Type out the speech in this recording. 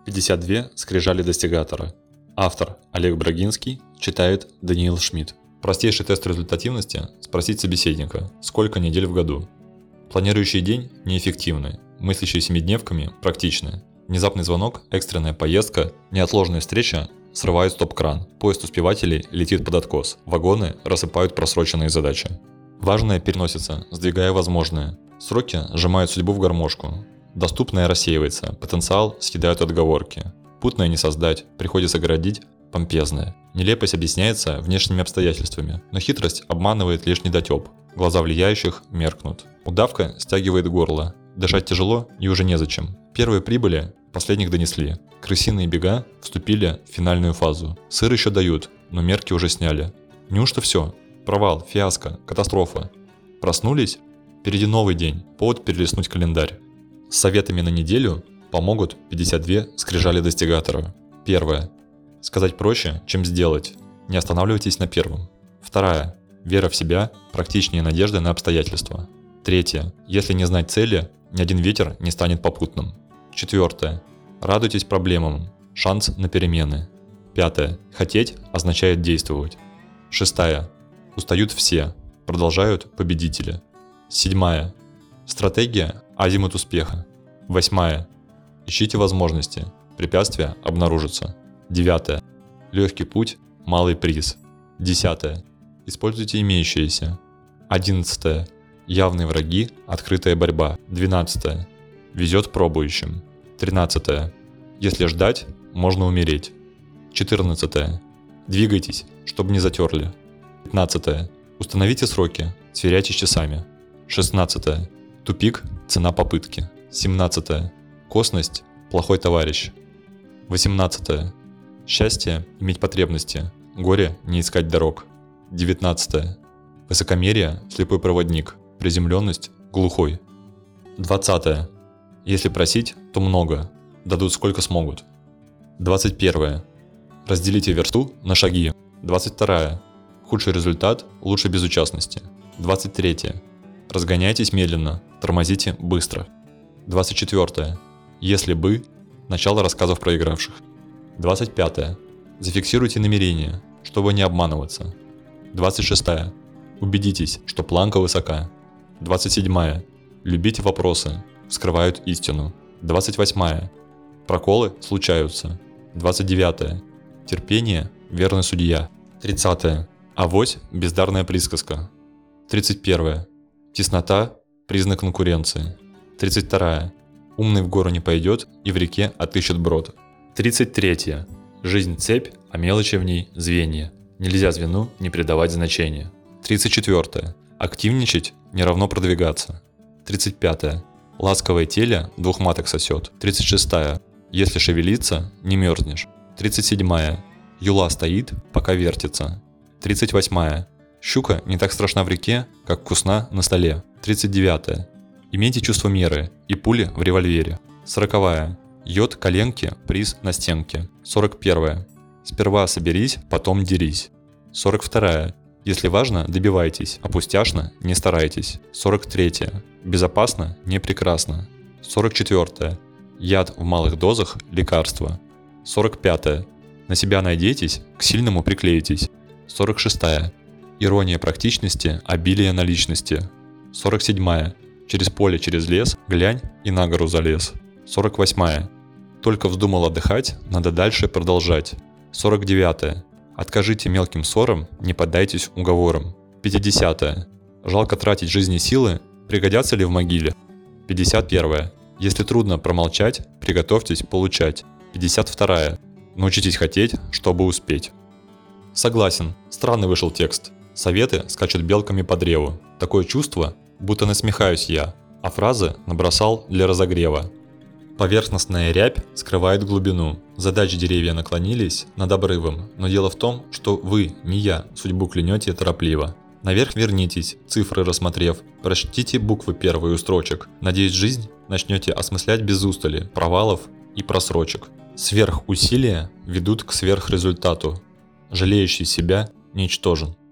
52 скрижали достигатора. Автор Олег Брагинский, читает Даниил Шмидт. Простейший тест результативности – спросить собеседника, сколько недель в году. Планирующий день – неэффективный, мыслящий семидневками – практичный. Внезапный звонок, экстренная поездка, неотложная встреча срывают стоп-кран, поезд успевателей летит под откос, вагоны рассыпают просроченные задачи. Важное переносится, сдвигая возможное. Сроки сжимают судьбу в гармошку. Доступное рассеивается, потенциал съедают отговорки. Путное не создать, приходится городить помпезное. Нелепость объясняется внешними обстоятельствами, но хитрость обманывает лишь недотеп. Глаза влияющих меркнут. Удавка стягивает горло. Дышать тяжело и уже незачем. Первые прибыли последних донесли. Крысиные бега вступили в финальную фазу. Сыр еще дают, но мерки уже сняли. Неужто все? Провал, фиаско, катастрофа. Проснулись? Впереди новый день, повод перелистнуть календарь. С советами на неделю помогут 52 скрижали достигатора. Первое. Сказать проще, чем сделать. Не останавливайтесь на первом. Вторая. Вера в себя практичнее надежды на обстоятельства. Третье. Если не знать цели, ни один ветер не станет попутным. Четвертое. Радуйтесь проблемам. Шанс на перемены. Пятое. Хотеть означает действовать. Шестая. Устают все. Продолжают победители. Седьмая. Стратегия – азимут успеха. Восьмая. Ищите возможности. Препятствия обнаружатся. Девятое. Легкий путь – малый приз. Десятое. Используйте имеющиеся. 11. Явные враги – открытая борьба. 12. Везет пробующим. 13. Если ждать, можно умереть. 14. Двигайтесь, чтобы не затерли. 15. Установите сроки, сверяйте с часами. 16. Тупик – цена попытки. 17. Косность – плохой товарищ. 18. Счастье – иметь потребности, горе – не искать дорог. 19. Высокомерие – слепой проводник, приземленность – глухой. 20. Если просить, то много, дадут сколько смогут. 21. Разделите версту на шаги. 22. Худший результат лучше безучастности. 23. Разгоняйтесь медленно, тормозите быстро. 24. Если бы – начало рассказов проигравших. 25. Зафиксируйте намерение, чтобы не обманываться. 26. Убедитесь, что планка высока. 27. Любите вопросы, вскрывают истину. 28. Проколы случаются. 29. Терпение – верный судья. 30. Авось – бездарная присказка. 31. Теснота – признак конкуренции. 32. Умный в гору не пойдет и в реке отыщет брод. 33. Жизнь – цепь, а мелочи в ней – звенья. Нельзя звену не придавать значения. 34. Активничать не равно продвигаться. 35. Ласковое теле двух маток сосет. 36. Если шевелиться, не мерзнешь. 37. Юла стоит, пока вертится. 38. Щука не так страшна в реке, как вкусна на столе. 39. Имейте чувство меры и пули в револьвере. 40. Йод коленки, приз на стенке. 41. Сперва соберись, потом дерись. 42. Если важно, добивайтесь, а пустяшно не старайтесь. 43. Безопасно, не прекрасно. 44. Яд в малых дозах – лекарство. 45. На себя надейтесь, к сильному приклеитесь. 46. Ирония практичности, обилие наличности. 47. Через поле, через лес, глянь и на гору залез. 48. Только вздумал отдыхать, надо дальше продолжать. 49. Откажите мелким ссорам, не поддайтесь уговорам. 50. Жалко тратить жизни и силы, пригодятся ли в могиле? 51. Если трудно промолчать, приготовьтесь получать. 52. Научитесь хотеть, чтобы успеть. Согласен, странный вышел текст. Советы скачут белками по древу. Такое чувство, будто насмехаюсь я, а фразы набросал для разогрева. Поверхностная рябь скрывает глубину. Задачи деревья наклонились над обрывом, но дело в том, что вы, не я, судьбу клянете торопливо. Наверх вернитесь, цифры рассмотрев, прочтите буквы первые у строчек. Надеюсь, жизнь начнете осмыслять без устали, провалов и просрочек. Сверхусилия ведут к сверхрезультату. Жалеющий себя ничтожен.